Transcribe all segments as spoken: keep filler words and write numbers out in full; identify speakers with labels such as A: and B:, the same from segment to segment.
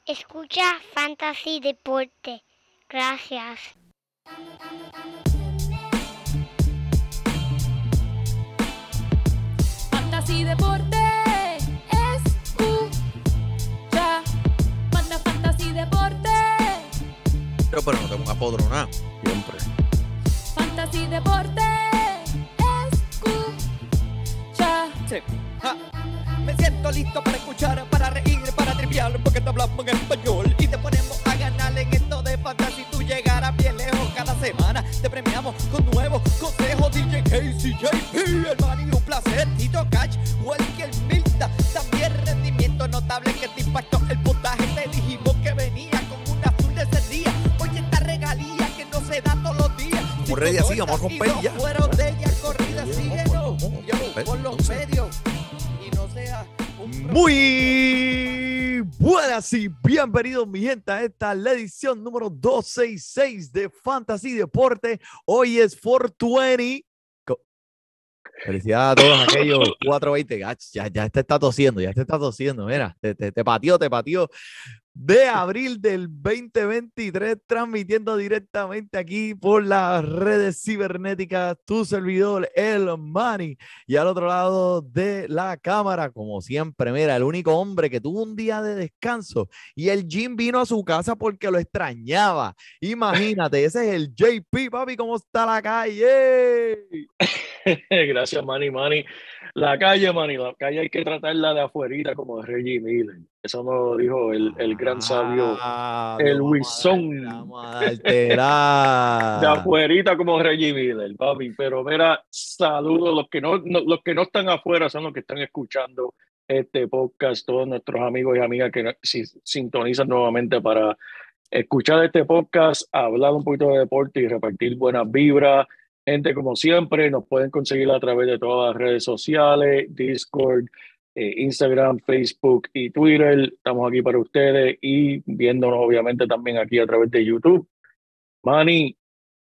A: Escucha Fantasy Deporte. Gracias.
B: Fantasy Deporte. Escucha. Manda Fantasy Deporte.
C: Pero, pero no te pongas podrona. Siempre.
B: Fantasy Deporte. Escucha.
D: Sí. Ja. Me siento listo para escuchar, para reír, para triviar, porque te hablamos en español y te ponemos a ganar en esto de fantasy. Tú llegarás bien lejos cada semana. Te premiamos con nuevos consejos. D J Casey, J P, hermano, y un placer. Tito Cash, Walker Milta, también rendimiento notable que te impactó el puntaje. Te dijimos que venía con una azul de ese día. Oye, esta regalía que no se da todos los días.
C: Como ready así, vamos a romper ya.
D: Fueron de ella corrida, síguenos. Yo, por los medios. Y no sea un
E: Muy buenas y bienvenidos, mi gente, a esta la edición número doscientos sesenta y seis de Fantasy Deporte. Hoy es cuatrocientos veinte. Co- Felicidades a todos aquellos cuatrocientos veinte. Gach, ya, ya te está tosiendo, ya te está tosiendo. Mira, te, te, te pateó, te pateó. De abril del veinte veintitrés, transmitiendo directamente aquí por las redes cibernéticas, tu servidor, el Manny, y al otro lado de la cámara, como siempre, mira, el único hombre que tuvo un día de descanso y el Jim vino a su casa porque lo extrañaba. Imagínate, ese es el J P, papi, ¿cómo está la calle?
F: Gracias, Manny, Manny. La calle, Manny, la calle hay que tratarla de afuerita como Reggie Miller. Eso nos lo dijo el, el gran sabio,
E: Ah,
F: el
E: no, vamos a darte,
F: Wilson.
E: vamos a darte la-
F: De afuerita como Reggie Miller, papi. Pero mira, saludos. Los que no, no- los que no están afuera son los que están escuchando este podcast. Todos nuestros amigos y amigas que si, sintonizan nuevamente para escuchar este podcast, hablar un poquito de deporte y repartir buenas vibras. Gente, como siempre, nos pueden conseguir a través de todas las redes sociales, Discord, eh, Instagram, Facebook y Twitter. Estamos aquí para ustedes y viéndonos obviamente también aquí a través de YouTube. Manny,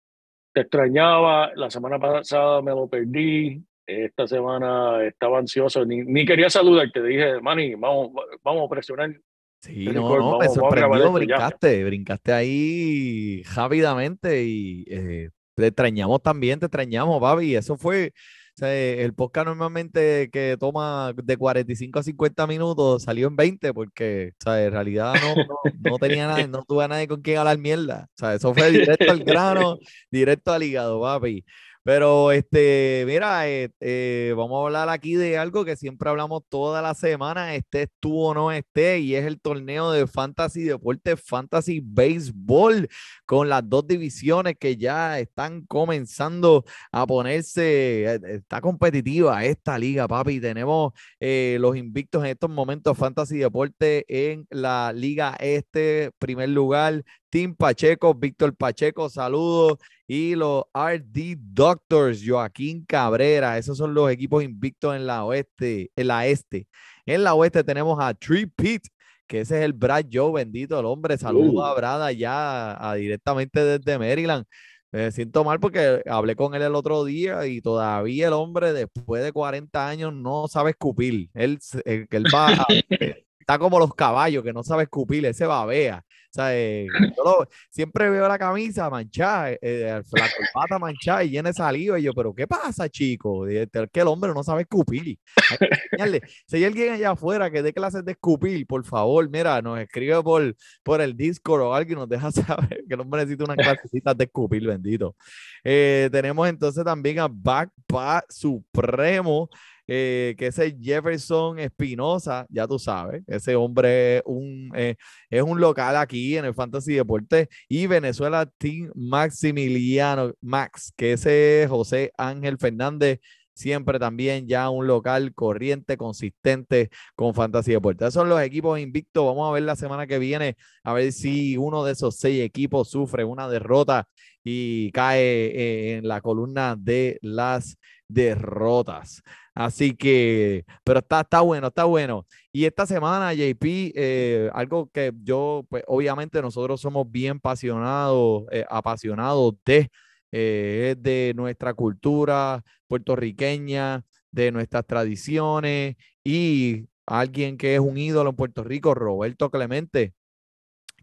F: te extrañaba, la semana pasada me lo perdí, esta semana estaba ansioso, ni, ni quería saludarte, dije, Manny, vamos, vamos a presionar.
E: Sí,
F: el
E: no,
F: record,
E: no, me
F: vamos, vamos a grabar
E: sorprendió,
F: esto ya.
E: brincaste, brincaste ahí rápidamente y eh, te extrañamos también, te extrañamos, papi. Eso fue, o sea, el podcast normalmente que toma de cuarenta y cinco a cincuenta minutos salió en veinte porque, o sea, en realidad no, no, no tenía nada, no tuve a nadie con quien hablar mierda. O sea, eso fue directo al grano, directo al hígado, papi. Pero, este, mira, eh, eh, vamos a hablar aquí de algo que siempre hablamos toda la semana, estés tú o no esté, y es el torneo de Fantasy Deporte, Fantasy Baseball, con las dos divisiones que ya están comenzando a ponerse, eh, está competitiva esta liga, papi. Tenemos eh, los invictos en estos momentos, Fantasy Deporte en la Liga Este, primer lugar, Team Pacheco, Víctor Pacheco, saludos. Y los R D Doctors, Joaquín Cabrera, esos son los equipos invictos en la oeste, en la este. En la oeste tenemos a Tree Pit, que ese es el Brad Joe, bendito el hombre. Saludos a Brad allá a, directamente desde Maryland. Me siento mal porque hablé con él el otro día y todavía el hombre después de cuarenta años no sabe escupir. Él, él, él va a, está como los caballos que no sabe escupir, ese babea. O sea, eh, yo lo, siempre veo la camisa manchada, eh, la corbata manchada y llena de saliva. Y yo, ¿pero qué pasa, chico? Es que el hombre no sabe escupir. Hay que enseñarle. Si hay alguien allá afuera que dé clases de escupir, por favor, mira, nos escribe por, por el Discord o algo y nos deja saber que el hombre necesita unas clasecitas de escupir, bendito. Eh, tenemos entonces también a Backpack Supremo. Eh, que ese Jefferson Espinosa, ya tú sabes, ese hombre es un, eh, es un local aquí en el Fantasy Deporte, y Venezuela Team Maximiliano Max, que ese es José Ángel Fernández, siempre también ya un local corriente, consistente con Fantasy Deporte. Esos son los equipos invictos. Vamos a ver la semana que viene, a ver si uno de esos seis equipos sufre una derrota y cae eh, en la columna de las derrotas. Así que, pero está, está bueno, está bueno. Y esta semana, J P, eh, algo que yo, pues obviamente nosotros somos bien apasionados, eh, apasionados de, eh, es de nuestra cultura puertorriqueña, de nuestras tradiciones, y alguien que es un ídolo en Puerto Rico, Roberto Clemente.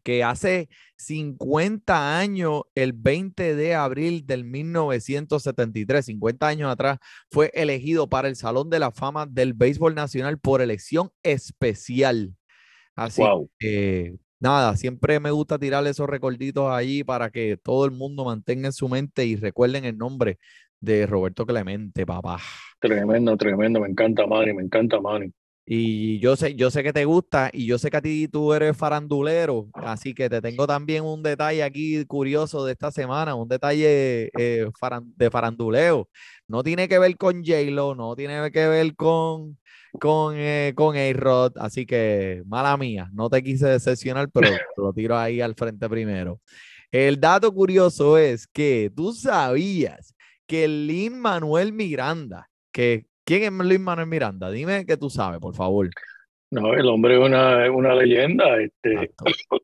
E: que hace cincuenta años, el veinte de abril del mil novecientos setenta y tres, cincuenta años atrás, fue elegido para el Salón de la Fama del Béisbol Nacional por elección especial. Así
F: Wow.
E: que, nada, siempre me gusta tirarle esos recorditos allí para que todo el mundo mantenga en su mente y recuerden el nombre de Roberto Clemente, papá.
F: Tremendo, tremendo. Me encanta Manny, me encanta Manny.
E: Y yo sé, yo sé que te gusta y yo sé que a ti tú eres farandulero, así que te tengo también un detalle aquí curioso de esta semana, un detalle eh, faran- de faranduleo. No tiene que ver con J-Lo, no tiene que ver con, con, eh, con A-Rod, así que mala mía, no te quise decepcionar, pero lo tiro ahí al frente primero. El dato curioso es que tú sabías que Lin Manuel Miranda, que ¿quién es Lin Manuel Miranda? Dime que tú sabes, por favor.
F: No, el hombre es una, es una leyenda. Este,
E: Exacto.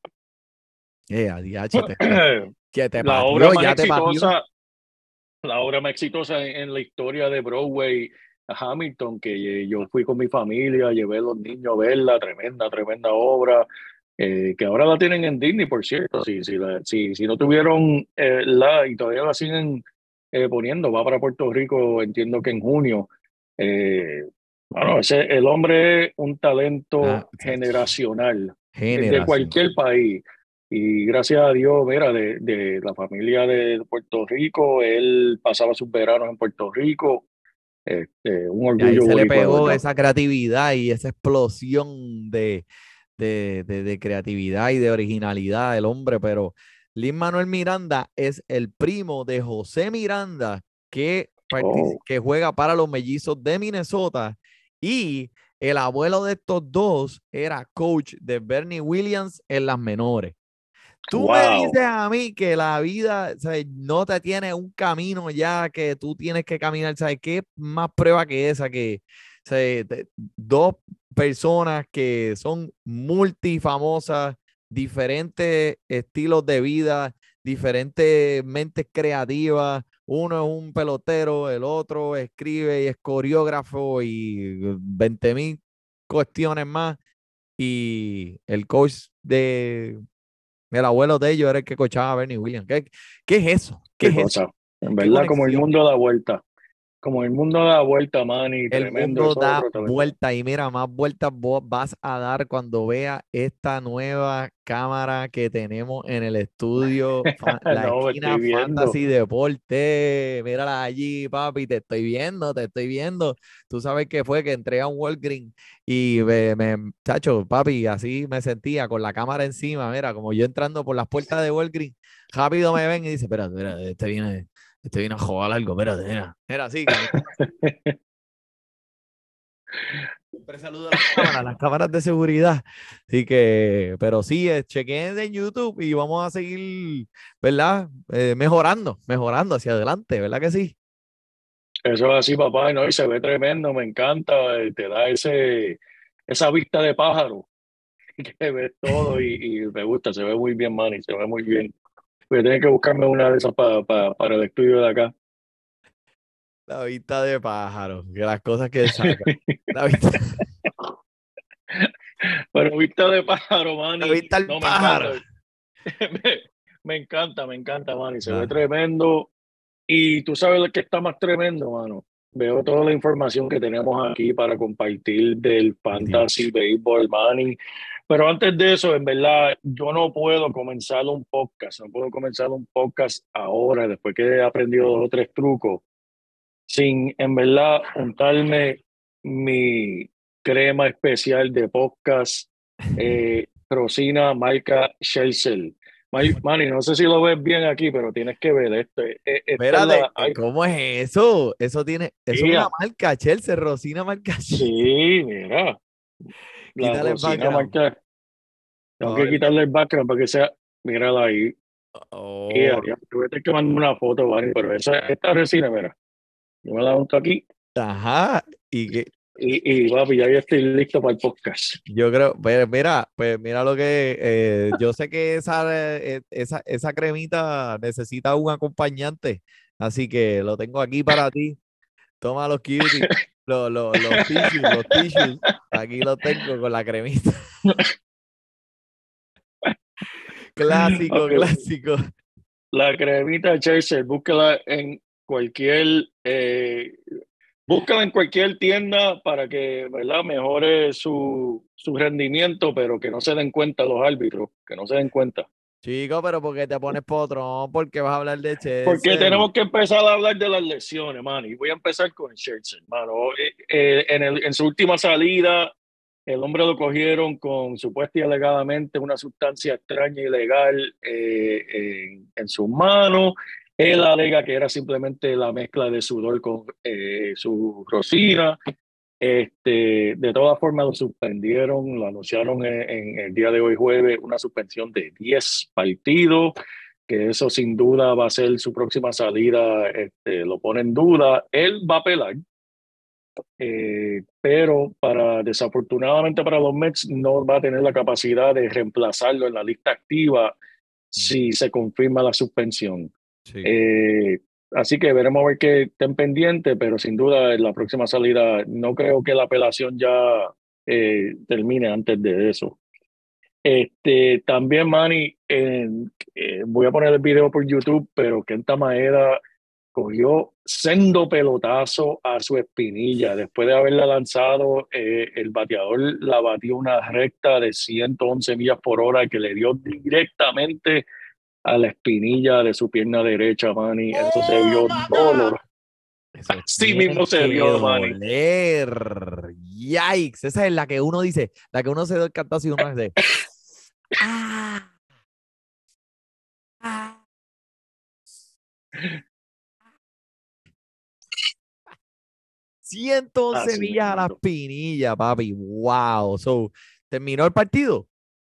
E: Eh, A D H, te- te- que te
F: la obra
E: pateó,
F: más
E: ya te pateó.
F: exitosa, la obra más exitosa en, en la historia de Broadway, Hamilton, que eh, yo fui con mi familia, llevé a los niños a verla, tremenda, tremenda obra, eh, que ahora la tienen en Disney, por cierto. Si, si, la- si, si no tuvieron eh, la y todavía la siguen eh, poniendo, va para Puerto Rico, entiendo que en junio. Eh, bueno, ese, el hombre es un
E: Ah,
F: talento
E: exacto.
F: generacional de
E: Generación.
F: cualquier país. Y gracias a Dios, mira, de, de la familia de Puerto Rico, él pasaba sus veranos en Puerto Rico. Este, un
E: Y ahí
F: orgullo
E: se le
F: boricua, de
E: pegó
F: verdad.
E: esa creatividad y esa explosión de, de, de, de creatividad y de originalidad del hombre, pero Lin Manuel Miranda es el primo de José Miranda que, partici-
F: Oh,
E: que juega para los Mellizos de Minnesota y el abuelo de estos dos era coach de Bernie Williams en las menores. Tú me
F: wow.
E: dices a mí que la vida, ¿sabes? No te tiene un camino ya que tú tienes que caminar, ¿sabes? ¿Qué más prueba que esa que, ¿sabes? Te- dos personas que son multifamosas, diferentes estilos de vida, diferentes mentes creativas? Uno es un pelotero, el otro escribe y es coreógrafo y veinte mil cuestiones más. Y el coach de el abuelo de ellos era el que coachaba a Bernie Williams. ¿Qué, qué es eso? ¿Qué
F: Qué
E: es eso?
F: cosa. En
E: ¿Qué
F: verdad, como el
E: conexión?
F: mundo da vuelta. Como el mundo da vuelta, Manny,
E: El
F: tremendo.
E: mundo
F: Eso es
E: da
F: otro talento.
E: vuelta y mira, más vueltas vos vas a dar cuando veas esta nueva cámara que tenemos en el estudio, fa- la
F: No, me
E: esquina
F: estoy viendo.
E: Fantasy Deporte. Mírala allí, papi, te estoy viendo, te estoy viendo. Tú sabes que fue que entré a un Walgreens y me, me, chacho, papi, así me sentía con la cámara encima, mira, como yo entrando por las puertas de Walgreens, rápido me ven y dice, espérate, espérate, este viene, este viene a jugar algo, espérate, mira, era así, caminando. Siempre saludo a las cámaras, las cámaras de seguridad. Así que, pero sí, eh, chequen en YouTube y vamos a seguir, ¿verdad? Eh, mejorando, mejorando hacia adelante, ¿verdad que sí?
F: Eso es así, papá, ¿no? Y se ve tremendo, me encanta. eh, Te da ese, esa vista de pájaro que ves todo y, y me gusta, se ve muy bien, Manny, se ve muy bien. Voy a tener que buscarme una de esas pa- pa- para el estudio de acá.
E: La vista de pájaro, que las cosas que saca. La vista,
F: Pero vista de pájaro,
E: la
F: Manny,
E: vista al
F: no, me encanta.
E: pájaro.
F: Me, me encanta, me encanta, Manny, se ve
E: Ah,
F: tremendo. Y tú sabes lo que está más tremendo, mano. Veo toda la información que tenemos aquí para compartir del
E: definitivo.
F: Fantasy Baseball, Manny. Pero antes de eso, en verdad, yo no puedo comenzar un podcast, no puedo comenzar un podcast ahora, después que he aprendido dos o tres trucos, sin, en verdad, untarme mi crema especial de podcast, eh, Rosina marca Shelsel. May- Manny, no sé si lo ves bien aquí, pero tienes que ver esto. Eh, eh, Esta es
E: Espérate,
F: la...
E: eh,
F: ay,
E: ¿cómo es eso? Eso tiene, eso es una
F: tía,
E: marca, Chelsea, Rosina marca Chelsea.
F: sí, mira, la
E: Quítale el
F: Rosina
E: background.
F: marca... Tengo
E: Vamos a
F: que
E: ver.
F: quitarle el background para que sea... Mírala ahí.
E: Oh,
F: Tía, tía, te voy a tener que mandar una foto, Manny, pero esa, esta resina, mira, yo me la unto aquí
E: ajá. Y que
F: y, y papi, ya yo estoy listo para el podcast.
E: yo creo, pues mira, pues mira lo que eh, yo sé que esa, eh, esa, esa cremita necesita un acompañante, así que lo tengo aquí para ti. Toma los cuties, los, los, los tissues, los tissues. Aquí los tengo con la cremita. Clásico,
F: Ok.
E: clásico.
F: La cremita Chaser, búscala en cualquier, eh, búscala en cualquier tienda para que, ¿verdad? Mejore su, su rendimiento, pero que no se den cuenta los árbitros, que no se den cuenta.
E: Chico, pero ¿por qué te pones potrón? ¿Por qué vas a hablar de
F: Porque
E: Chelsea?
F: tenemos que empezar a hablar de las lesiones, man. Y voy a empezar con Scherzer, mano. Eh, eh, en, el- en su última salida, el hombre lo cogieron con supuesta y alegadamente una sustancia extraña y ilegal eh, en, en sus manos. Él alega que era simplemente la mezcla de sudor con eh, su rosina. Este, de todas formas, lo suspendieron, lo anunciaron en, en el día de hoy, jueves, una suspensión de diez partidos, que eso sin duda va a ser su próxima salida, este, lo pone en duda. Él va a apelar, eh, pero para, desafortunadamente para los Mets no va a tener la capacidad de reemplazarlo en la lista activa si se confirma la suspensión.
E: Sí.
F: Eh, así que veremos a ver que estén pendientes, pero sin duda en la próxima salida no creo que la apelación ya eh, termine antes de eso. Este, también, Manny, en- eh, voy a poner el video por YouTube, pero Kenta Maeda cogió sendo pelotazo a su espinilla. Después de haberla lanzado, eh, el bateador la batió una recta de ciento once millas por hora que le dio directamente a la espinilla de su pierna derecha, Manny. Eso se vio dolor.
E: Eso
F: Sí
E: tiene
F: mismo se
E: que
F: vio, Manny.
E: doler. Yikes. Esa es la que uno dice, la que uno se da el cantazo y uno hace. Ah. Ah. ciento once
F: Así
E: millas a la
F: mismito.
E: espinilla, papi. Wow. So, ¿terminó el partido?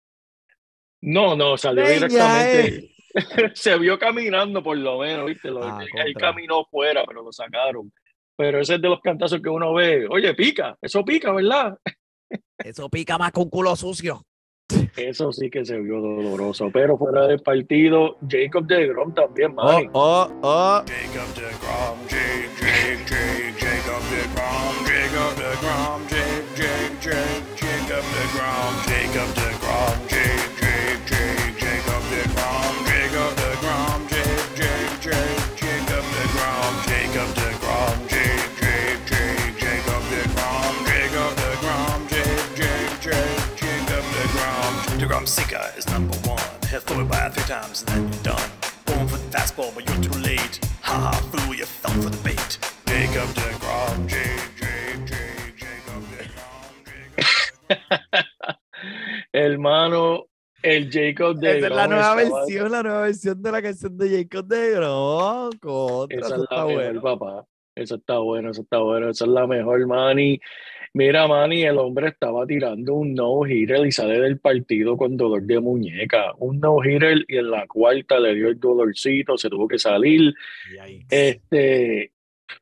F: No, no, salió
E: Leña,
F: directamente.
E: eh.
F: Se vio caminando por lo menos, ¿viste? Lo-
E: Ah,
F: él
E: contra.
F: caminó fuera, pero lo sacaron. Pero ese es de los cantazos que uno ve. Oye, pica, eso pica, ¿verdad?
E: Eso pica más con culo sucio.
F: Eso sí que se vio doloroso. Pero fuera del partido, Jacob deGrom también,
E: Oh,
F: Manny.
E: oh, oh.
G: Jacob deGrom, Jake, Jake, Jake, Jacob deGrom, Jacob deGrom, Jake, Jake, Jake, Jacob deGrom, Jacob deGrom, Jake, Jake, Jake, Jacob deGrom, Jacob deGrom, Jake, Jake, Jake, Jacob deGrom, Jacob deGrom, Jake, Jake, Jake, Jacob deGrom, Jacob deGrom, Jake, Jake, Jake, Jacob deGrom. DeGrom's sinker is number one. He'll throw it by three times and then you're done. Going for the fastball, but you're too late. Ha ha, fool, you fell for the bait. Jacob deGrom, Jake, Jake, Jake, Jacob deGrom, Jacob.
F: Hermano, el Jacob
E: Esa es la
F: deGrom
E: nueva
F: estaba-
E: versión, la nueva versión de la canción de Jacob deGrom. Contra,
F: Esa
E: eso
F: es
E: está
F: la mejor,
E: bueno.
F: papá. Eso está bueno, eso está bueno. Esa es la mejor, Manny. Mira, Manny, el hombre estaba tirando un no-hitter y sale del partido con dolor de muñeca. Un no-hitter y en la cuarta le dio el dolorcito, se tuvo que salir.
E: Yikes.
F: Este,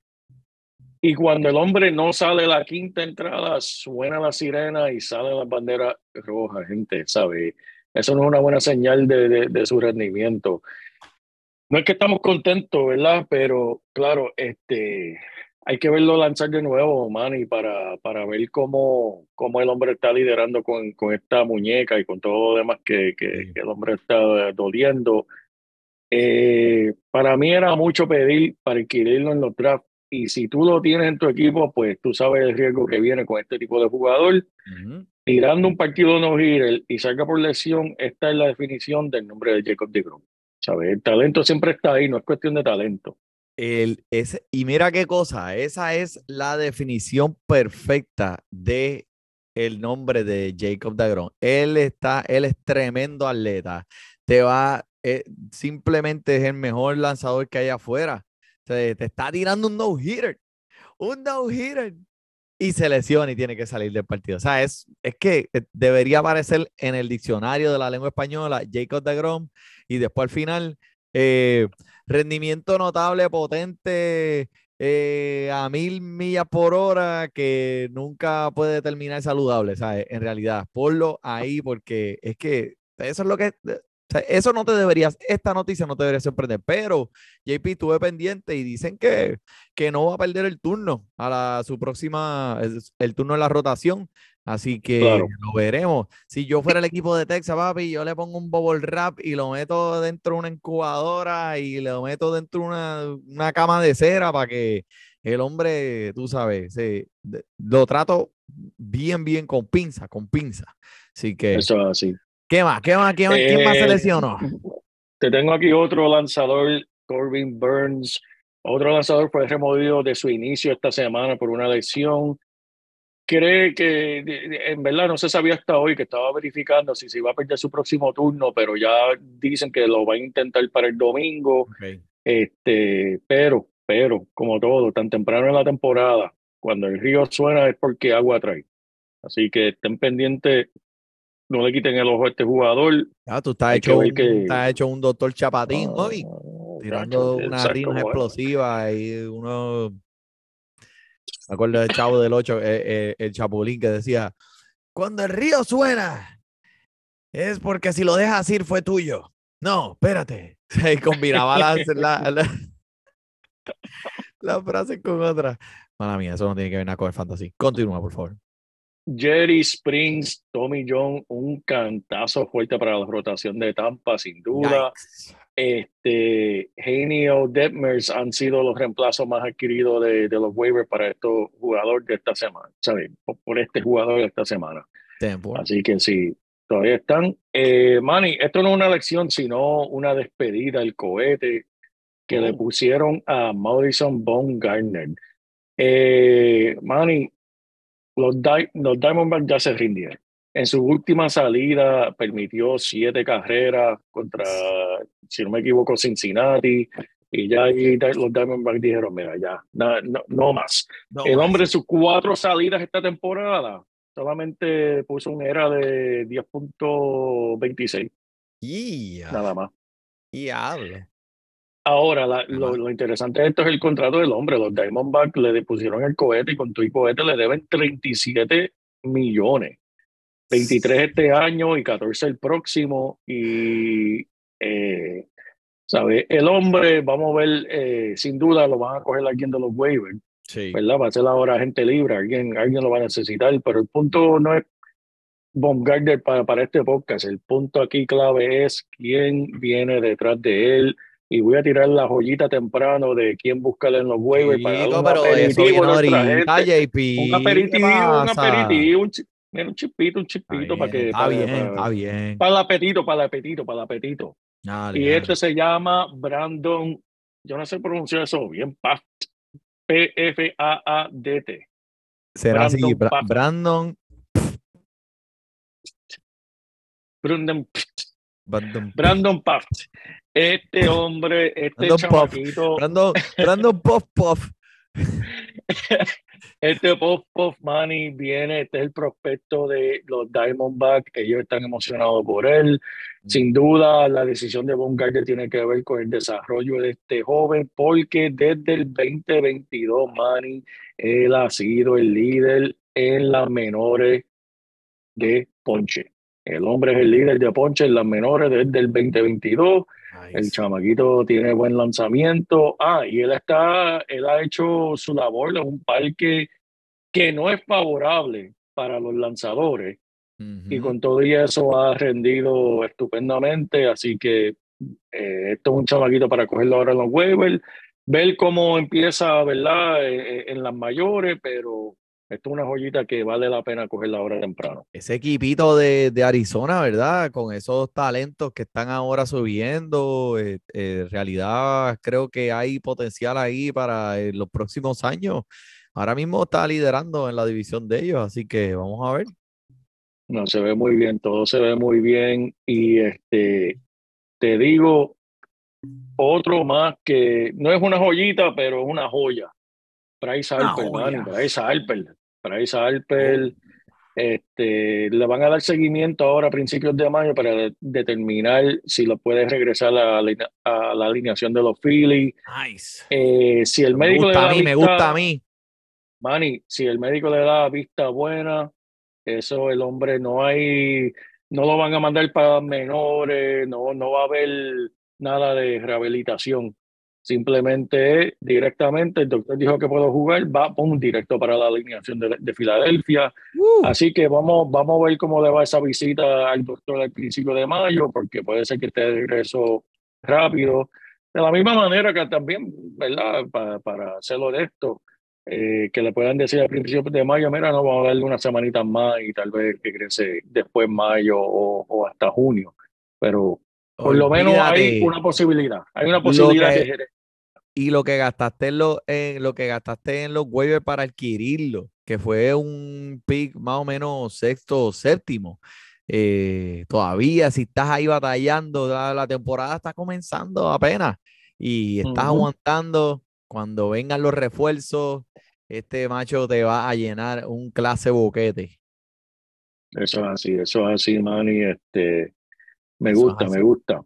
F: y cuando el hombre no sale la quinta entrada, suena la sirena y sale la bandera roja, gente, ¿sabe? Eso no es una buena señal de, de, de su rendimiento. No es que estamos contentos, ¿verdad? Pero claro, este, hay que verlo lanzar de nuevo, Manny, para, para ver cómo, cómo el hombre está liderando con, con esta muñeca y con todo lo demás que, que,
E: Sí.
F: que el hombre está doliendo. Eh, para mí era mucho pedir para adquirirlo en los drafts. Y si tú lo tienes en tu equipo, pues tú sabes el riesgo que viene con este tipo de jugador.
E: Ujú.
F: Tirando un partido no-hitter y salga por lesión, esta es la definición del nombre de Jacob deGrom. ¿Sabes? El talento siempre está ahí, no es cuestión de talento.
E: El, ese, y mira qué cosa, esa es la definición perfecta de el nombre de Jacob deGrom. Él está, él es tremendo atleta. Te va, eh, simplemente es el mejor lanzador que hay afuera. O sea, te está tirando un no-hitter, un no-hitter. Y se lesiona y tiene que salir del partido. O sea, es, es que eh, debería aparecer en el diccionario de la lengua española Jacob deGrom y después al final eh, rendimiento notable, potente, eh, a mil millas por hora que nunca puede terminar saludable. ¿Sabes? En realidad, ponlo ahí porque es que eso es lo que... O sea, eso no te deberías, esta noticia no te debería sorprender, pero J P estuve pendiente y dicen que, que no va a perder el turno a la, su próxima, el, el turno de la rotación. Así que
F: Claro.
E: lo veremos. Si yo fuera el equipo de Texas, papi, yo le pongo un bubble wrap y lo meto dentro de una incubadora y lo meto dentro de una, una cama de cera para que el hombre, tú sabes, se, de- lo trato bien, bien con pinza, con pinza. Así que,
F: Eso es así.
E: ¿qué más? ¿Qué más? ¿Qué más? ¿Quién más se
F: Eh,
E: lesionó?
F: Te tengo aquí otro lanzador, Corbin Burns. Otro lanzador fue removido de su inicio esta semana por una lesión. Cree que, de- de- en verdad, no se sabía hasta hoy que estaba verificando si se iba a perder su próximo turno, pero ya dicen que lo va a intentar para el domingo.
E: Ok.
F: Este, pero, pero, como todo, tan temprano en la temporada, cuando el río suena es porque agua trae. Así que estén pendientes, no le quiten el ojo a este jugador.
E: Ya, tú estás
F: Hay que
E: hecho
F: ver
E: un,
F: que.
E: estás hecho un doctor Chapatín
F: Ah,
E: hoy,
F: chacho,
E: tirando unas
F: exacto,
E: rimas
F: bueno.
E: explosivas y uno, me acuerdo del Chavo del Ocho, eh, eh, el Chapulín que decía, cuando el río suena, es porque si lo dejas ir fue tuyo. No, espérate. Y combinaba las, la, la, la frase con otra. Mala mía, eso no tiene que ver nada con el fantasy. Continúa, por favor.
F: Jerry Springs, Tommy John, un cantazo fuerte para la rotación de Tampa, sin duda.
E: Yikes.
F: Este, Heaney Detmers han sido los reemplazos más adquiridos de, de los waivers para estos jugadores de esta semana, ¿sabes? Por, por este jugador de esta semana.
E: Tempo.
F: Así que sí, todavía están. Eh, Manny, esto no es una elección, sino una despedida, el cohete que le
E: Oh.
F: pusieron a Madison Bumgarner. Eh, Manny, los, Di- los Diamondbacks ya se rindieron. En su última salida permitió siete carreras contra, si no me equivoco, Cincinnati. Y ya ahí di- los Diamondbacks dijeron, mira, ya, na- no, no más.
E: No
F: El
E: más.
F: hombre en sus cuatro salidas esta temporada solamente puso un era de diez punto veintiséis,
E: Ya.
F: nada más.
E: Diablo.
F: Ahora, la- lo,
E: Ajá.
F: lo interesante de esto es el contrato del hombre. Los Diamondbacks le pusieron el cohete y con tu cohete le deben treinta y siete millones. veintitrés este año y catorce el próximo. Y, eh, ¿sabes? El hombre, vamos a ver, eh, sin duda lo van a coger alguien de los waivers,
E: Sí.
F: ¿verdad? Va a ser ahora agente libre, alguien, alguien lo va a necesitar, pero el punto no es Baumgartner para, para este podcast. El punto aquí clave es quién viene detrás de él. Y voy a tirar la joyita temprano de quién buscarle en los waivers para darle
E: Chico,
F: un
E: pero eso
F: aperitivo
E: viene
F: a nuestra
E: ahorita,
F: gente.
E: J P.
F: Un
E: ¿Qué
F: aperitivo, un
E: pasa?
F: aperitivo, un, chi- mira, un chipito, un
E: Está
F: chipito para
E: bien,
F: que,
E: está
F: para,
E: bien,
F: para,
E: está bien.
F: para el apetito, para el apetito, para el apetito.
E: Dale,
F: Y este
E: dale.
F: se llama Brandon, yo no sé pronunciar eso bien, Paft, P F A A D T.
E: Será así,
F: Brandon
E: Bra-
F: Paft,
E: Brandon.
F: Brandon,
E: Brandon,
F: Brandon Paft. Este hombre, este
E: Brandon Puff.
F: chamaquito,
E: Brandon, Brandon Puff Puff.
F: este Pop Pop Money viene, este es el prospecto de los Diamondbacks, ellos están emocionados por él. Sin duda, la decisión de Baumgartner tiene que ver con el desarrollo de este joven, porque desde el veinte veintidós, Manny, él ha sido el líder en las menores de ponche. El hombre es el líder de ponche en las menores desde el veinte veintidós. El
E: Nice.
F: chamaquito tiene buen lanzamiento. Ah, y él está, él ha hecho su labor en un parque que no es favorable para los lanzadores. Y
E: Ujú.
F: con todo y eso ha rendido estupendamente. Así que eh, esto es un chamaquito para cogerlo ahora en los waivers, ver cómo empieza, ¿verdad? Eh, eh, en las mayores, pero esto es una joyita que vale la pena cogerla ahora temprano.
E: Ese equipito de, de Arizona, ¿verdad? Con esos talentos que están ahora subiendo, eh, eh, en realidad creo que hay potencial ahí para eh, los próximos años. Ahora mismo está liderando en la división de ellos, así que vamos a ver.
F: No, se ve muy bien, todo se ve muy bien. Y este, te digo, otro más que no es una joyita, pero es una joya. Bryce
E: Una
F: Harper,
E: joya.
F: Manny, Bryce Harper. Bryce Harper, este, le van a dar seguimiento ahora a principios de mayo para de- determinar si lo puede regresar a la, a la alineación de los Phillies.
E: Nice.
F: Eh, si el
E: Me
F: médico le
E: gusta a
F: da
E: mí, me gusta a
F: vista,
E: mí.
F: Manny, si el médico le da vista buena, eso el hombre no hay, no lo van a mandar para menores, no, no va a haber nada de rehabilitación. Simplemente directamente el doctor dijo que puedo jugar, va pum, directo para la alineación de, de Filadelfia.
E: Uh,
F: Así que vamos, vamos a ver cómo le va esa visita al doctor al principio de mayo, porque puede ser que esté de regreso rápido. De la misma manera que también, ¿verdad? Pa- para ser honesto, eh, que le puedan decir al principio de mayo, mira, no, vamos a darle unas semanitas más y tal vez regrese después mayo o, o hasta junio. Pero por lo menos hay
E: olvídate
F: una posibilidad, hay una
E: lo
F: posibilidad
E: que
F: que
E: y lo que gastaste en, lo, en lo que gastaste en los waivers para adquirirlo, que fue un pick más o menos sexto o séptimo. Eh, todavía, si estás ahí batallando, la, la temporada está comenzando apenas y estás
F: Ujú.
E: aguantando. Cuando vengan los refuerzos, este macho te va a llenar un clase boquete.
F: Eso es así, eso es así, Manny. Este, me
E: Eso es
F: gusta, me
E: así.
F: gusta.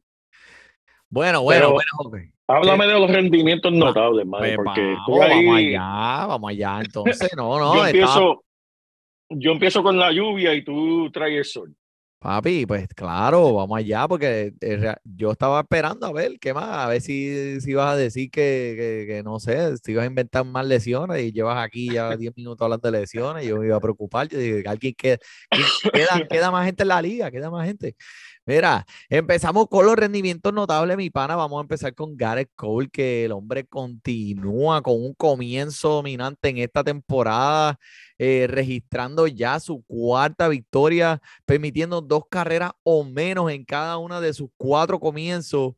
E: Bueno, bueno,
F: Pero
E: bueno, ok. ¿Qué?
F: háblame de los rendimientos
E: Va-
F: notables, Manny,
E: pues
F: porque estoy
E: vamos, vamos
F: ahí.
E: allá, vamos allá. Entonces, no,
F: Yo
E: no, estaba.
F: empiezo, yo empiezo con la lluvia y tú traes el sol.
E: Papi, pues claro, vamos allá, porque eh, rea- yo estaba esperando a ver qué más, a ver si, si ibas a decir que, que, que no sé, si ibas a inventar más lesiones y llevas aquí ya diez minutos hablando de lesiones, yo me iba a preocupar, yo dije, alguien que, ¿quién- queda, queda más gente en la liga, queda más gente. Mira, empezamos con los rendimientos notables, mi pana, vamos a empezar con Garrett Cole, que el hombre continúa con un comienzo dominante en esta temporada, eh, registrando ya su cuarta victoria permitiendo dos carreras o menos en cada una de sus cuatro comienzos.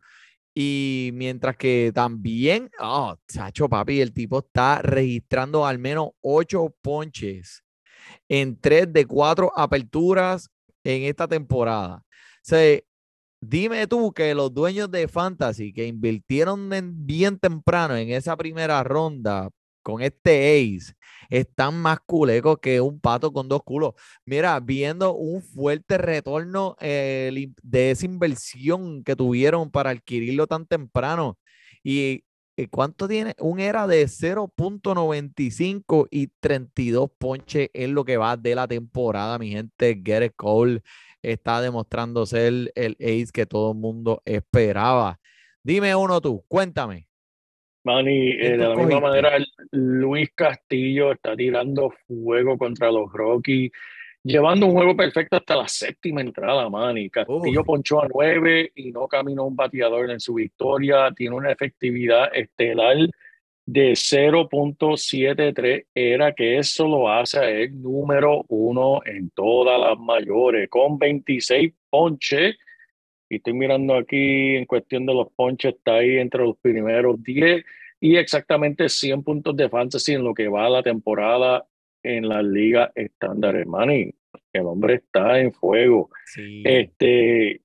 E: Y mientras que también, oh, chacho, papi, el tipo está registrando al menos ocho ponches en tres de cuatro aperturas en esta temporada. O sea, dime tú que los dueños de Fantasy que invirtieron en- bien temprano en esa primera ronda con este Ace están más culecos que un pato con dos culos. Mira, viendo un fuerte retorno eh, li- de esa inversión que tuvieron para adquirirlo tan temprano. ¿Y eh, cuánto tiene? Un era de cero punto noventa y cinco y treinta y dos ponches en lo que va de la temporada, mi gente. Garrett Cole está demostrando ser el ace que todo el mundo esperaba. Dime uno tú, cuéntame,
F: Manny,
E: ¿quién
F: eh,
E: tú
F: de la misma
E: escogiste?
F: manera, Luis Castillo está tirando fuego contra los Rockies, llevando un juego perfecto hasta la séptima entrada, Manny.
E: Uf,
F: Castillo ponchó a nueve y no caminó un bateador en su victoria. Tiene una efectividad estelar de cero punto setenta y tres, era que eso lo hace el número uno en todas las mayores, con veintiséis ponches. Y estoy mirando aquí en cuestión de los ponches, está ahí entre los primeros diez y exactamente cien puntos de fantasy en lo que va a la temporada en la liga estándar, Manny. El hombre está en fuego.
E: sí,
F: Este,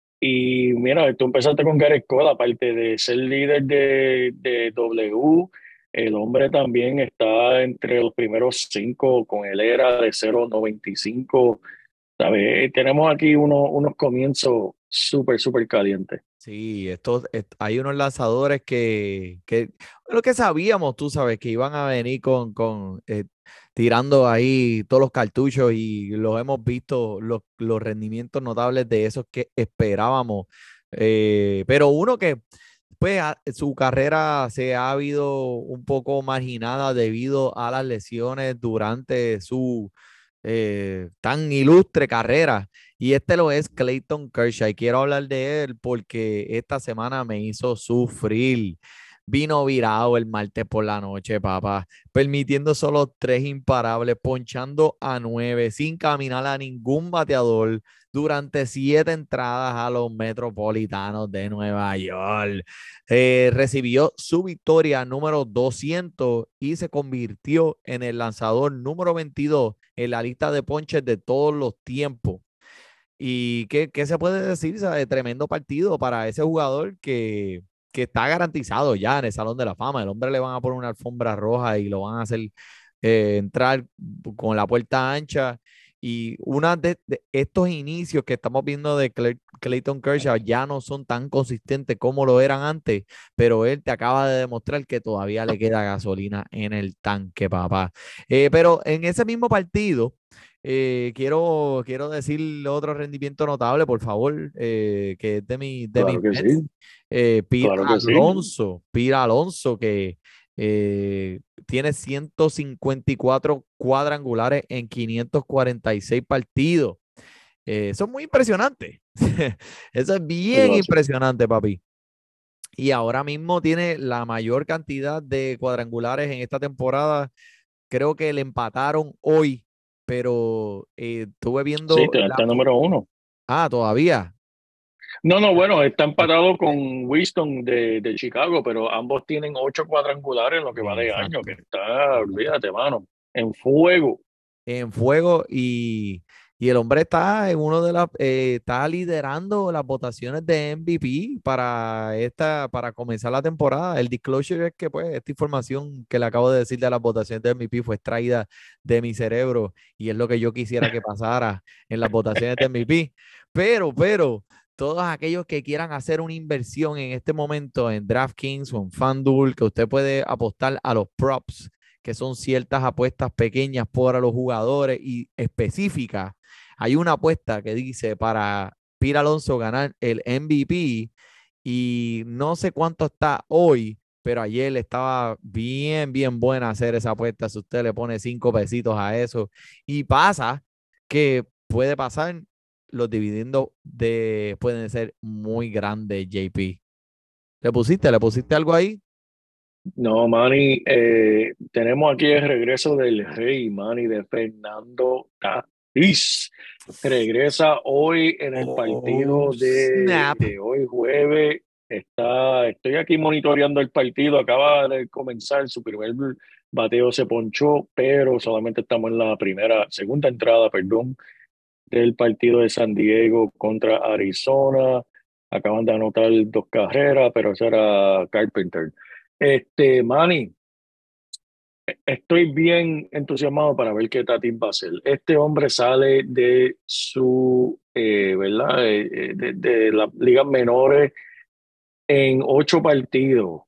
F: y mira, tú empezaste con Gareth Cole, aparte de ser líder de, de W, el hombre también está entre los primeros cinco con el era de cero punto noventa y cinco. ¿Sabes? Tenemos aquí uno- unos comienzos súper, súper calientes.
E: sí, estos, est- hay unos lanzadores que, que, lo que sabíamos, tú sabes, que iban a venir con, con eh, tirando ahí todos los cartuchos y los hemos visto, los, los rendimientos notables de esos que esperábamos. Eh, pero uno que pues a- su carrera se ha habido un poco marginada debido a las lesiones durante su eh, tan ilustre carrera. Y este lo es Clayton Kershaw. Y quiero hablar de él porque esta semana me hizo sufrir. Vino virado el martes por la noche, papá, permitiendo solo tres imparables, ponchando a nueve, sin caminar a ningún bateador durante siete entradas a los Metropolitanos de Nueva York. Eh, recibió su victoria número doscientos y se convirtió en el lanzador número veintidós en la lista de ponches de todos los tiempos. ¿Y qué, qué se puede decir? ¿Sabe? Tremendo partido para ese jugador que, que está garantizado ya en el Salón de la Fama. El hombre le van a poner una alfombra roja y lo van a hacer eh, entrar con la puerta ancha. Y una de, de estos inicios que estamos viendo de Clay- Clayton Kershaw ya no son tan consistentes como lo eran antes, pero él te acaba de demostrar que todavía le queda gasolina en el tanque, papá. Eh, pero en ese mismo partido, eh, quiero, quiero decir otro rendimiento notable, por favor, eh, que es de, mi, de mis
F: Claro que
E: Mets.
F: sí,
E: Eh, Pete
F: claro que sí.
E: Alonso, Pete Alonso, que eh, tiene ciento cincuenta y cuatro cuadrangulares en quinientos cuarenta y seis partidos. Eh, eso es muy impresionante. Eso es bien
F: Eso es así.
E: impresionante, papi. Y ahora mismo tiene la mayor cantidad de cuadrangulares en esta temporada. Creo que le empataron hoy, pero eh, estuve
F: Sí,
E: viendo
F: está,
E: la...
F: está número uno.
E: Ah, todavía.
F: No, no, bueno, está empatado con Winston de, de Chicago, pero ambos tienen ocho cuadrangulares en lo que va de año, que
E: Exacto.
F: está, olvídate, mano, en fuego.
E: En fuego y, y el hombre está en uno de las eh, está liderando las votaciones de M V P para esta para comenzar la temporada. El disclosure es que pues esta información que le acabo de decir de las votaciones de M V P fue extraída de mi cerebro y es lo que yo quisiera que pasara en las votaciones de M V P. Pero, pero todos aquellos que quieran hacer una inversión en este momento en DraftKings o en FanDuel, que usted puede apostar a los props, que son ciertas apuestas pequeñas para los jugadores y específicas. Hay una apuesta que dice para Pete Alonso ganar el M V P y no sé cuánto está hoy, pero ayer estaba bien, bien buena hacer esa apuesta. Si usted le pone cinco pesitos a eso y pasa que puede pasar, los dividendos de, pueden ser muy grandes, J P. ¿Le pusiste? ¿Le pusiste algo ahí?
F: No, Manny, eh, tenemos aquí el regreso del rey, Manny, de Fernando Tatís. Regresa hoy en el
E: Oh,
F: partido de,
E: snap.
F: de hoy jueves. Está, estoy aquí monitoreando el partido. Acaba de comenzar su primer bateo, se ponchó, pero solamente estamos en la primera, segunda entrada, perdón, del partido de San Diego contra Arizona. Acaban de anotar dos carreras, pero eso era Carpenter. Este, Manny, estoy bien entusiasmado para ver qué Tatis va a hacer. Este hombre sale de su, eh, ¿verdad? Eh, eh, de, de las ligas menores en ocho partidos.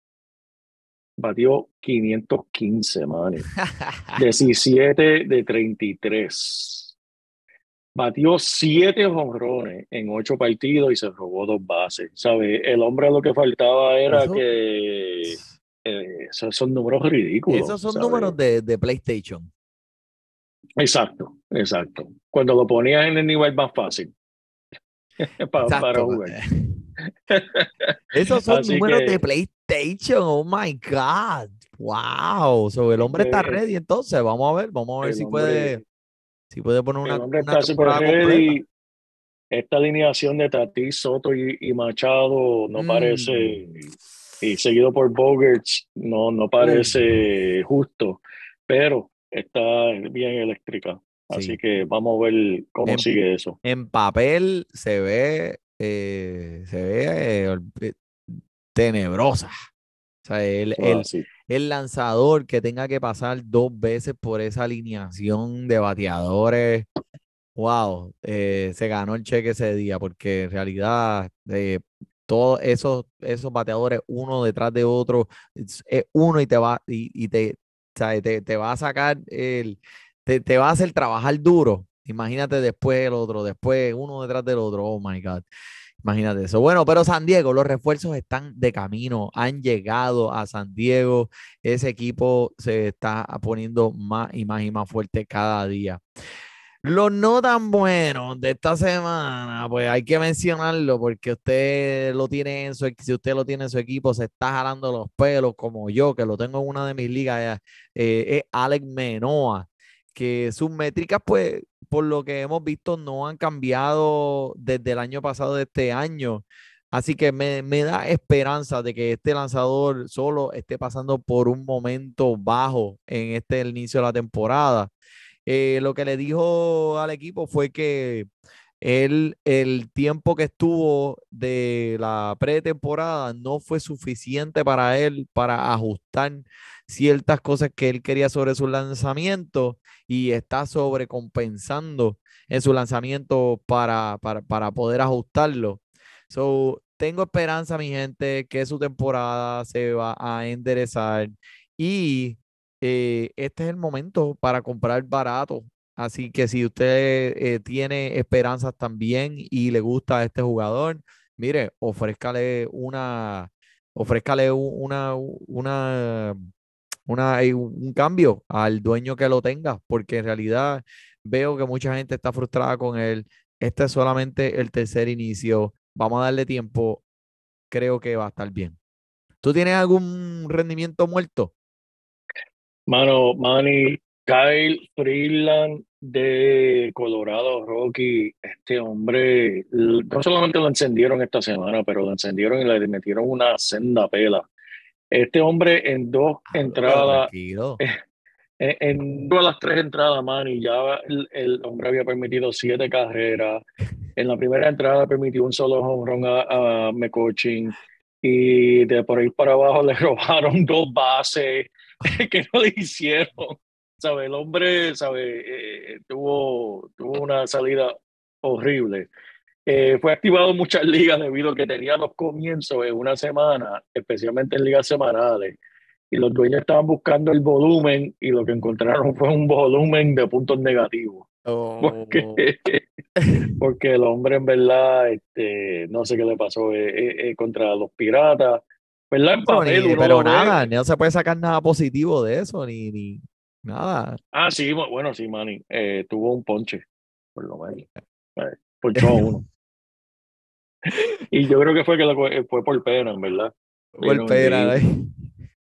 F: Batió quinientos quince, Manny. diecisiete de treinta y tres. Batió siete jonrones en ocho partidos y se robó dos bases. ¿Sabe? El hombre lo que faltaba era
E: Eso,
F: que eh, esos son números ridículos,
E: esos son
F: ¿sabes?
E: números de, de PlayStation.
F: Exacto, exacto. Cuando lo ponías en el nivel más fácil pa- para
E: Exacto.
F: jugar.
E: Esos son
F: Así
E: números de
F: que
E: PlayStation. Oh my God. Wow. So, el hombre está
F: este,
E: ready entonces. Vamos a ver. Vamos a ver
F: el
E: si puede,
F: hombre,
E: si puede poner
F: el
E: una,
F: hombre
E: una
F: está super
E: temporada completa.
F: ready. Esta alineación de Tatis, Soto y, y Machado no
E: Mm.
F: parece, y seguido por Bogarts, no, no
E: Uh,
F: parece justo, pero está bien eléctrica. Así
E: sí.
F: que vamos a ver cómo
E: En,
F: sigue eso.
E: en papel se ve, eh, se ve eh, olvi- tenebrosa. O sea, el,
F: Eso es
E: el,
F: así.
E: el lanzador que tenga que pasar dos veces por esa alineación de bateadores, wow, eh, se ganó el cheque ese día, porque en realidad eh, todos esos, esos bateadores, uno detrás de otro, es, es uno y te va, y, y te, o sea, te, te va a sacar el, te, te va a hacer trabajar duro. Imagínate después el otro, después uno detrás del otro, oh my God. Imagínate eso. Bueno, pero San Diego, los refuerzos están de camino, han llegado a San Diego. Ese equipo se está poniendo más y más y más fuerte cada día. Los no tan buenos de esta semana, pues hay que mencionarlo porque usted lo tiene en su, equ- si usted lo tiene en su equipo, se está jalando los pelos como yo, que lo tengo en una de mis ligas, eh, es Alex Menoa, que sus métricas, pues, por lo que hemos visto, no han cambiado desde el año pasado de este año. Así que me, me da esperanza de que este lanzador solo esté pasando por un momento bajo en este inicio de la temporada. Eh, lo que le dijo al equipo fue que Él, el tiempo que estuvo de la pretemporada no fue suficiente para él para ajustar ciertas cosas que él quería sobre su lanzamiento y está sobrecompensando en su lanzamiento para, para, para poder ajustarlo. So, tengo esperanza, mi gente, que su temporada se va a enderezar y eh, este es el momento para comprar barato. Así que si usted eh, tiene esperanzas también y le gusta a este jugador, mire, ofrézcale una, ofrézcale u- una, una, una, eh, un cambio al dueño que lo tenga, porque en realidad veo que mucha gente está frustrada con él. Este es solamente el tercer inicio. Vamos a darle tiempo. Creo que va a estar bien. ¿Tú tienes algún rendimiento muerto?
F: Mano, Manny, Kyle Freeland de Colorado Rocky, este hombre, l- no solamente lo encendieron esta semana, pero lo encendieron y le metieron una senda pela. Este hombre en dos
E: Hablo, pero
F: entradas,
E: tranquilo.
F: en, en dos de las tres entradas, Manny, ya el, el hombre había permitido siete carreras. En la primera entrada permitió un solo home run a, a McCutcheon y de por ahí para abajo le robaron dos bases que no le hicieron. ¿Sabe? El hombre, ¿sabe? Eh, tuvo, tuvo una salida horrible. Eh, fue activado en muchas ligas debido a que tenía los comienzos en una semana, especialmente en ligas semanales. Y los dueños estaban buscando el volumen y lo que encontraron fue un volumen de puntos negativos. Porque,
E: Oh.
F: porque el hombre en verdad, este, no sé qué le pasó eh, eh, eh, contra los Piratas. ¿Verdad? En
E: Pero,
F: papel
E: ni-
F: uno
E: pero
F: lo
E: nada,
F: ve.
E: no se puede sacar nada positivo de eso, ni, ni nada.
F: Ah, sí, bueno, sí, Manny. Eh, tuvo un ponche, por lo menos. Eh, ponchó a uno. Y yo creo que fue que lo co- eh, fue por pena, en verdad. Vino
E: Golpea,
F: bendito.
E: ¿no?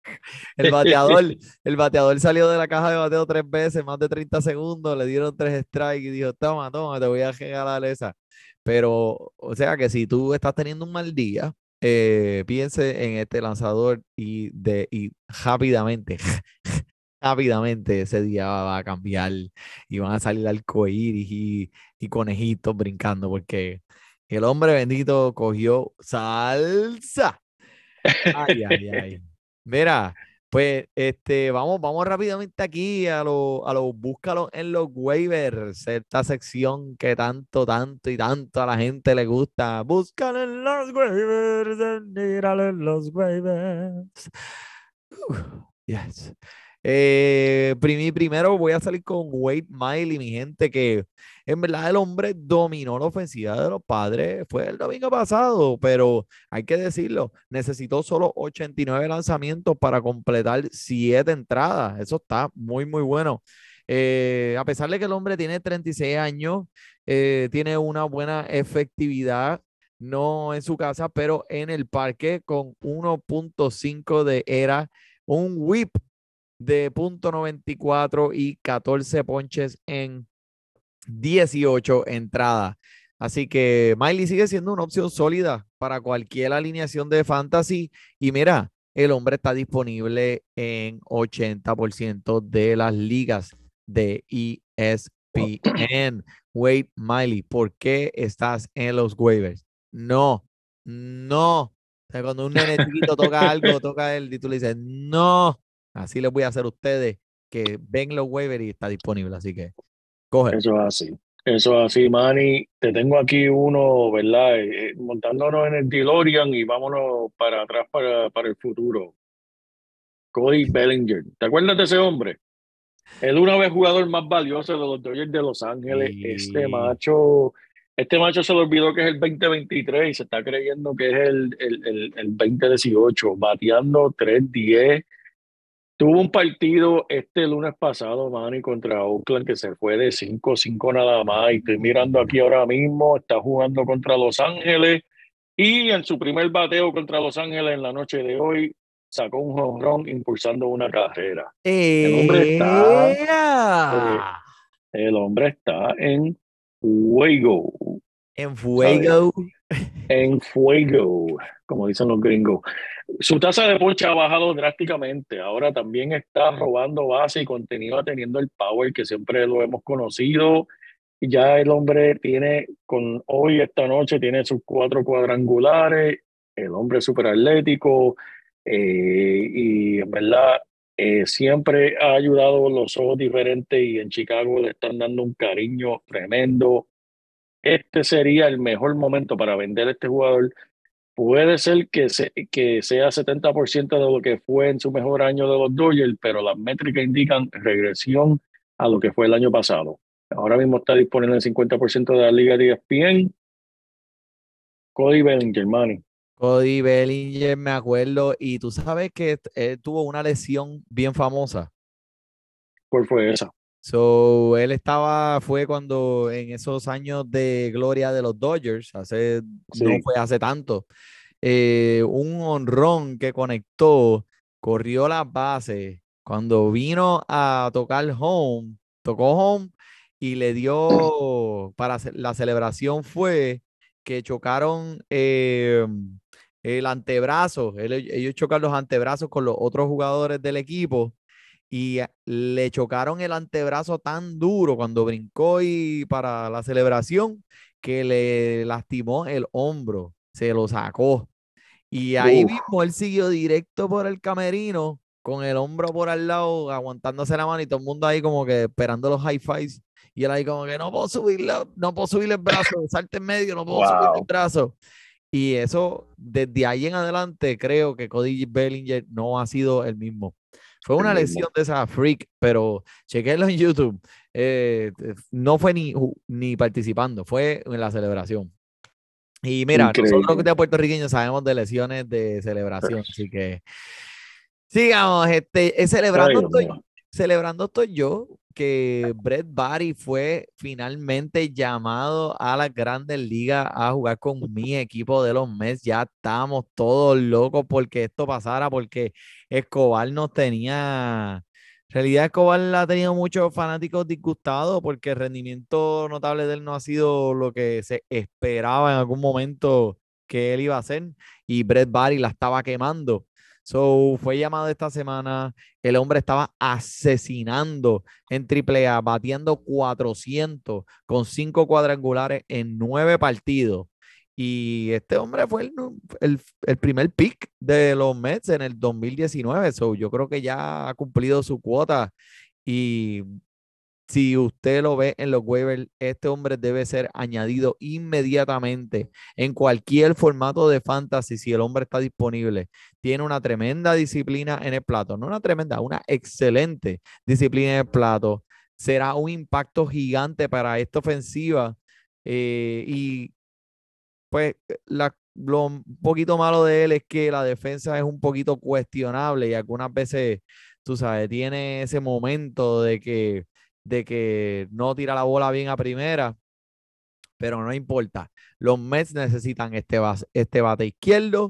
E: El bateador, el bateador salió de la caja de bateo tres veces, más de treinta segundos, le dieron tres strikes y dijo, toma, toma, te voy a regalar esa. Pero, o sea que si tú estás teniendo un mal día, eh, piense en este lanzador y, de, y rápidamente, rápidamente ese día va a cambiar y van a salir arcoíris y, y conejitos brincando porque el hombre bendito cogió salsa. Ay, ay, ay. Mira, pues este, vamos, vamos rápidamente aquí a los a lo, búscalo en los waivers, esta sección que tanto, tanto y tanto a la gente le gusta. Búscalo en los waivers, eh, míralo en los waivers. Uh, yes. Eh, primi- primero voy a salir con Wade Miley, mi gente, que en verdad el hombre dominó la ofensiva de los Padres. Fue el domingo pasado, pero hay que decirlo, necesitó solo ochenta y nueve lanzamientos para completar siete entradas. Eso está muy, muy bueno. Eh, a pesar de que el hombre tiene treinta y seis años, eh, tiene una buena efectividad, no en su casa, pero en el parque con uno punto cinco de era, un whip de punto noventa y cuatro y catorce ponches en dieciocho entradas. Así que Miley sigue siendo una opción sólida para cualquier alineación de fantasy. Y mira, el hombre está disponible en ochenta por ciento de las ligas de E S P N. Wade Miley, ¿por qué estás en los waivers? No, no. O sea, cuando un nene chiquito toca algo, toca él y tú le dices, no. Así les voy a hacer a ustedes que ven los waivers y está disponible. Así que cógelo.
F: Eso es así. Eso es así, Manny. Te tengo aquí uno, ¿verdad? Eh, eh, montándonos en el DeLorean y vámonos para atrás para, para el futuro. Cody Bellinger. ¿Te acuerdas de ese hombre? El una vez jugador más valioso de los Dodgers de Los Ángeles. Este
E: Y
F: macho, este macho se le olvidó que es el veinte veintitrés y se está creyendo que es el, el, el, el veinte dieciocho, bateando tres diez. Tuvo un partido este lunes pasado, Manny, contra Oakland que se fue de cinco cinco nada más. Y estoy mirando aquí ahora mismo, está jugando contra Los Ángeles y en su primer bateo contra Los Ángeles en la noche de hoy sacó un home run impulsando una carrera. El hombre está, eh,
E: ¡Ea!
F: el hombre está en fuego,
E: En
F: ¿sabes?
E: fuego.
F: En fuego, como dicen los gringos. Su tasa de ponche ha bajado drásticamente. Ahora también está robando base y continúa teniendo el power que siempre lo hemos conocido. Ya el hombre tiene, con hoy, esta noche, tiene sus cuatro cuadrangulares. El hombre es súper atlético eh, y en verdad eh, siempre ha ayudado los ojos diferentes y en Chicago le están dando un cariño tremendo. Este sería el mejor momento para vender a este jugador. Puede ser que, se, que sea setenta por ciento de lo que fue en su mejor año de los Dodgers, pero las métricas indican regresión a lo que fue el año pasado. Ahora mismo está disponible en cincuenta por ciento de la liga de E S P N. Cody Bellinger, Manny.
E: Cody Bellinger, me acuerdo, y tú sabes que él tuvo una lesión bien famosa.
F: ¿Cuál fue esa?
E: So, él estaba, fue cuando en esos años de gloria de los Dodgers, hace,
F: Sí.
E: no fue hace tanto, eh, un honrón que conectó, corrió las bases, cuando vino a tocar home, tocó home y le dio, para ce- la celebración fue que chocaron eh, el antebrazo, él- ellos chocaron los antebrazos con los otros jugadores del equipo y a- le chocaron el antebrazo tan duro cuando brincó y para la celebración que le lastimó el hombro, se lo sacó. Y ahí
F: Uf,
E: mismo él siguió directo por el camerino con el hombro por al lado, aguantándose la mano y todo el mundo ahí como que esperando los high fives. Y él ahí como que no puedo subirle, no puedo subirle el brazo, salte en medio, no puedo subirle el
F: wow.
E: brazo. Y eso, desde ahí en adelante, creo que Cody Bellinger no ha sido el mismo. Fue
F: El
E: una
F: mismo.
E: lesión de esa freak, pero chequenlo en YouTube. Eh, no fue ni, ju- ni participando, fue en la celebración. Y mira, nosotros
F: Increíble.
E: de puertorriqueños sabemos de lesiones de celebración, así que sigamos, este, eh,
F: Ay,
E: celebrando
F: Dios
E: estoy,
F: mío.
E: celebrando estoy yo que Brett Barry fue finalmente llamado a las Grandes Ligas a jugar con mi equipo de los Mets. Ya estamos todos locos porque esto pasara, porque Escobar nos tenía, en realidad Escobar ha tenido muchos fanáticos disgustados porque el rendimiento notable de él no ha sido lo que se esperaba en algún momento que él iba a hacer y Brett Barry la estaba quemando. So, fue llamado esta semana. El hombre estaba asesinando en triple A, batiendo cuatrocientos con cinco cuadrangulares en nueve partidos. Y este hombre fue el, el, el primer pick de los Mets en el dos mil diecinueve. So, yo creo que ya ha cumplido su cuota. Y si usted lo ve en los waivers, este hombre debe ser añadido inmediatamente en cualquier formato de fantasy si el hombre está disponible. Tiene una tremenda disciplina en el plato, no una tremenda, una excelente disciplina en el plato. Será un impacto gigante para esta ofensiva eh, y pues la, lo un poquito malo de él es que la defensa es un poquito cuestionable y algunas veces, tú sabes, tiene ese momento de que, de que no tira la bola bien a primera, pero no importa. Los Mets necesitan este, base, este bate izquierdo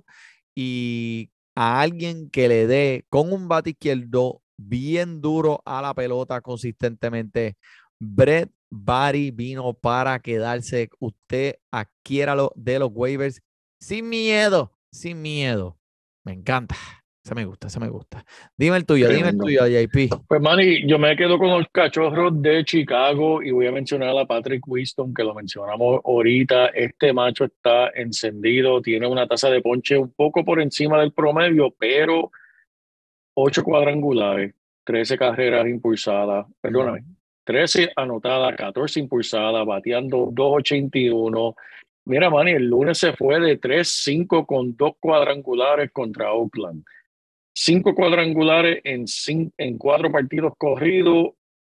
E: y a alguien que le dé con un bate izquierdo bien duro a la pelota consistentemente. Brett Barry vino para quedarse. Usted adquiéralo de los waivers sin miedo, sin miedo. Me encanta. Ese me gusta, ese me gusta. Dime el tuyo, dime el
F: Tremendo.
E: tuyo, J P.
F: Pues, Manny, yo me quedo con los Cachorros de Chicago y voy a mencionar a Patrick Winston, que lo mencionamos ahorita. Este macho está encendido, tiene una tasa de ponche un poco por encima del promedio, pero ocho cuadrangulares, trece carreras impulsadas, perdóname, trece anotadas, catorce impulsadas, bateando dos ochenta y uno. Mira, Manny, el lunes se fue de tres cinco con dos cuadrangulares contra Oakland. Cinco cuadrangulares en, cinco, en cuatro partidos corridos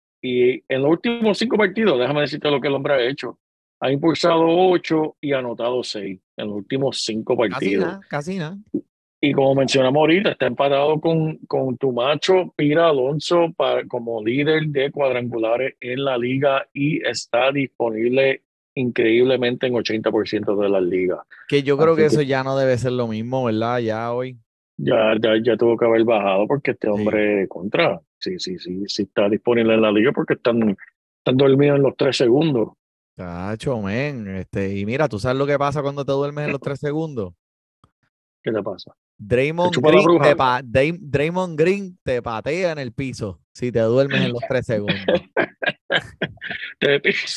F: y en los últimos cinco partidos, déjame decirte lo que el hombre ha hecho. Ha impulsado ocho y anotado seis en los últimos cinco
E: Casi
F: partidos.
E: nada, casi nada.
F: Y como mencionamos ahorita, está empatado con, con tu macho Pira Alonso para, como líder de cuadrangulares en la liga y está disponible increíblemente en ochenta por ciento de las ligas.
E: Que yo creo
F: Así
E: que
F: que
E: eso ya no debe ser lo mismo, ¿verdad? Ya hoy.
F: ya, ya, ya tuvo que haber bajado porque este
E: Sí.
F: hombre contra. Sí, sí, sí, sí está disponible en la liga porque están, están dormidos en los tres segundos.
E: Cacho, men. Este, y mira, ¿tú sabes lo que pasa cuando te duermes en los tres segundos?
F: ¿Qué te pasa? ¿Te
E: Draymond
F: chupa la
E: Green
F: bruja?
E: te, pa- Dray- Draymond Green te patea en el piso si te duermes en los tres segundos.
F: Te pisa,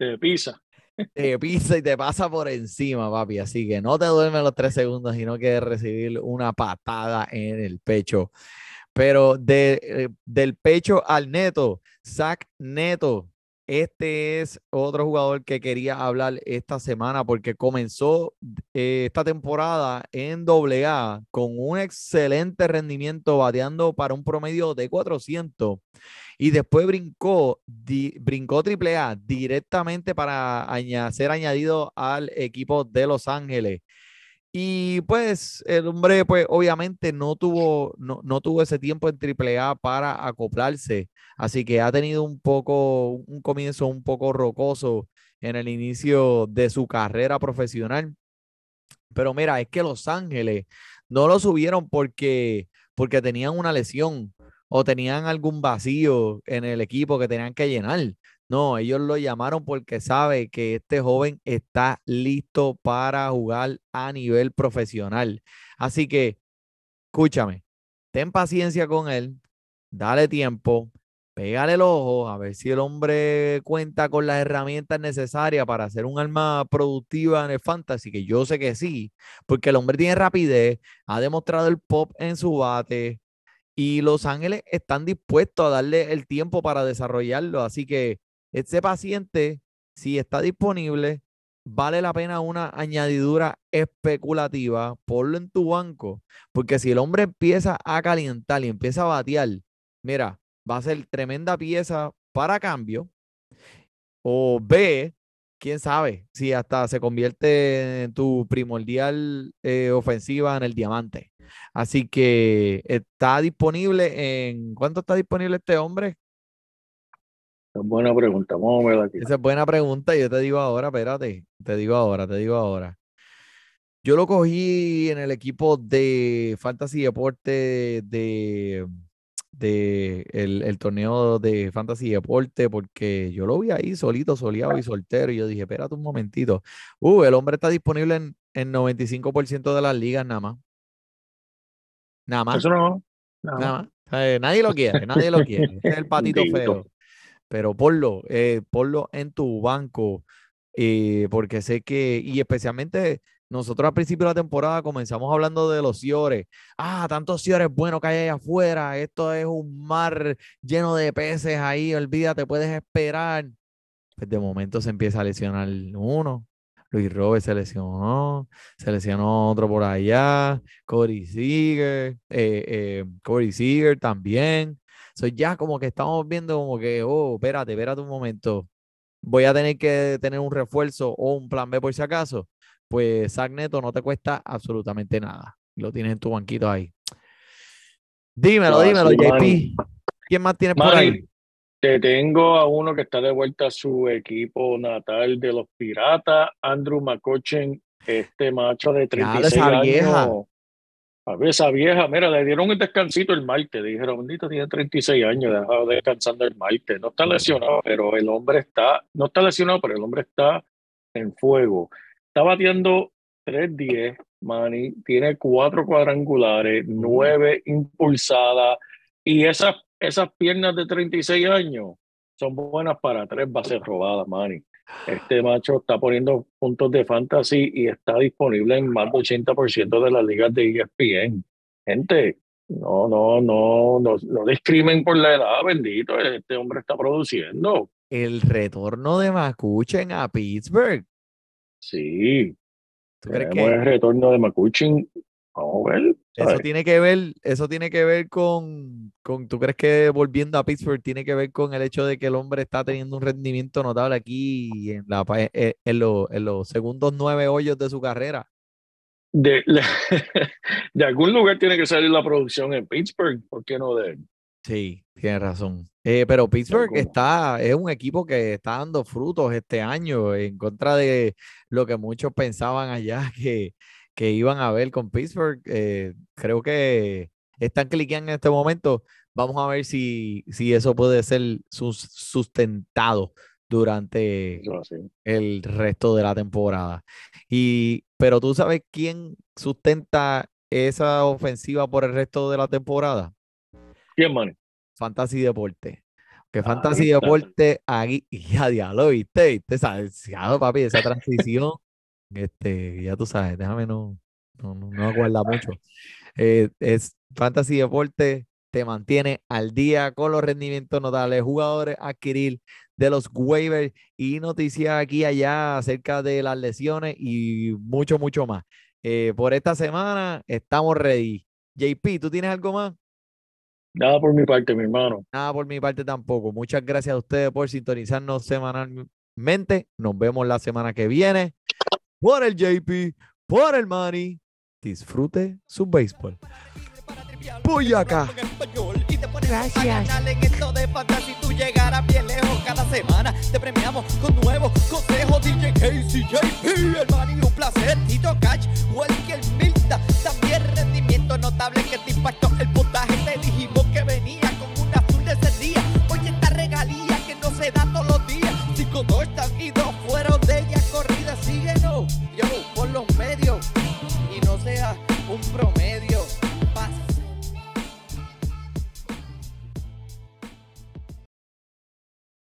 F: Te pisa.
E: te pisa y te pasa por encima, papi. Así que no te duermes los tres segundos y no quieres recibir una patada en el pecho. Pero de, eh, del pecho al Neto, Zach Neto, este es otro jugador que quería hablar esta semana porque comenzó eh, esta temporada en doble A con un excelente rendimiento bateando para un promedio de cuatrocientos y después brincó, di- brincó triple A directamente para aña- ser añadido al equipo de Los Ángeles. Y pues el hombre, pues obviamente no tuvo, no, no tuvo ese tiempo en triple A para acoplarse. Así que ha tenido un poco, un comienzo un poco rocoso en el inicio de su carrera profesional. Pero mira, es que Los Ángeles no lo subieron porque, porque tenían una lesión o tenían algún vacío en el equipo que tenían que llenar. No, ellos lo llamaron porque sabe que este joven está listo para jugar a nivel profesional. Así que, escúchame, ten paciencia con él, dale tiempo, pégale el ojo a ver si el hombre cuenta con las herramientas necesarias para hacer un arma productiva en el fantasy, que yo sé que sí, porque el hombre tiene rapidez, ha demostrado el pop en su bate y Los Ángeles están dispuestos a darle el tiempo para desarrollarlo. Así que ese paciente, si está disponible, vale la pena una añadidura especulativa, ponlo en tu banco, porque si el hombre empieza a calentar y empieza a batear, mira, va a ser tremenda pieza para cambio. O B, quién sabe, si hasta se convierte en tu primordial eh, ofensiva en el diamante. Así que está disponible en... ¿Cuánto está disponible este hombre?
F: Buena pregunta, vamos a ver aquí.
E: Esa es buena pregunta. Yo te digo ahora, espérate, te digo ahora, te digo ahora. Yo lo cogí en el equipo de Fantasy Deporte de, de el, el torneo de Fantasy Deporte porque yo lo vi ahí solito, soleado y soltero y yo dije, espérate un momentito. Uh, el hombre está disponible en, en noventa y cinco por ciento de las ligas nada más. Nada más,
F: Eso no, nada.
E: nada más. O sea, nadie lo quiere, nadie lo quiere. Ese es el patito
F: Dito.
E: feo. Pero ponlo, eh, ponlo en tu banco, eh, porque sé que, y especialmente nosotros al principio de la temporada comenzamos hablando de los Ciores. Ah, tantos Ciores buenos que hay allá afuera, esto es un mar lleno de peces ahí, olvídate, puedes esperar. Pues de momento se empieza a lesionar uno. Luis Robert se lesionó, se lesionó otro por allá, Corey Seager, eh, eh, Corey Seager también. So ya como que estamos viendo como que, oh, espérate, espérate un momento. Voy a tener que tener un refuerzo o un plan B por si acaso. Pues Zach Neto no te cuesta absolutamente nada. Lo tienes en tu banquito ahí. Dímelo,
F: Ah,
E: dímelo,
F: sí,
E: J P.
F: Manny.
E: ¿Quién más tienes por
F: Manny,
E: ahí?
F: te tengo a uno que está de vuelta a su equipo natal de los Piratas, Andrew McCutchen, este macho de treinta
E: Ya,
F: y
E: esa
F: seis
E: vieja.
F: años. A ver, esa vieja, mira, le dieron un descansito el martes. Dijeron, bendito, tiene treinta y seis años, dejado descansando el martes. No está lesionado, pero el hombre está, no está lesionado, pero el hombre está en fuego. Está bateando tres diez, Manny, tiene cuatro cuadrangulares, nueve impulsadas, y esas, esas piernas de treinta y seis años son buenas para tres bases robadas, Manny. Este macho está poniendo puntos de fantasy y está disponible en más del ochenta por ciento de las ligas de E S P N. Gente, no, no, no, no, no discrimen por la edad, bendito. Este hombre está produciendo.
E: El retorno de McCutchen a Pittsburgh.
F: Sí,
E: ¿Tú crees
F: tenemos
E: que
F: el retorno de McCutchen. Vamos a ver,
E: eso
F: ¿sabes?
E: tiene que ver, eso tiene que ver con, con, ¿tú crees que volviendo a Pittsburgh tiene que ver con el hecho de que el hombre está teniendo un rendimiento notable aquí en, la, pa- eh, en, los, en los segundos nueve hoyos de su carrera?
F: De, de algún lugar tiene que salir la producción en Pittsburgh, ¿por qué no de él?
E: Sí, tienes razón. Eh, pero
F: De
E: Pittsburgh
F: alguna.
E: está, es un equipo que está dando frutos este año en contra de lo que muchos pensaban allá que, que iban a ver con Pittsburgh. Eh, creo que están cliqueando en este momento. Vamos a ver si, si eso puede ser sus- sustentado durante
F: Eso así.
E: el resto de la temporada. Y, pero tú sabes quién sustenta esa ofensiva por el resto de la temporada.
F: ¿Quién, Manny?
E: Fantasy Deporte. Que
F: Ahí
E: Fantasy
F: está.
E: Deporte aquí, ya diablo, viste, viste, esa, esa, papi, esa transición, este, ya tú sabes, déjame no, no, no, no aguarda mucho. Eh, es Fantasy Deporte te mantiene al día con los rendimientos notables, jugadores a adquirir de los waivers y noticias aquí y allá acerca de las lesiones y mucho, mucho más. Eh, por esta semana estamos ready. J P, ¿tú tienes algo más?
F: Nada por mi parte, mi hermano.
E: Nada por mi parte tampoco. Muchas gracias a ustedes por sintonizarnos semanalmente. Nos vemos la semana que viene. Por el J P, por el Manny. Disfrute su béisbol. Boyacá.
D: Gracias. En esto de fantasy tú llegarás bien lejos cada semana. Te premiamos con nuevos consejos. D J Casey, J P, el Manny, un placer. Tito Cash, Welker Milta. También rendimiento notable que te impactó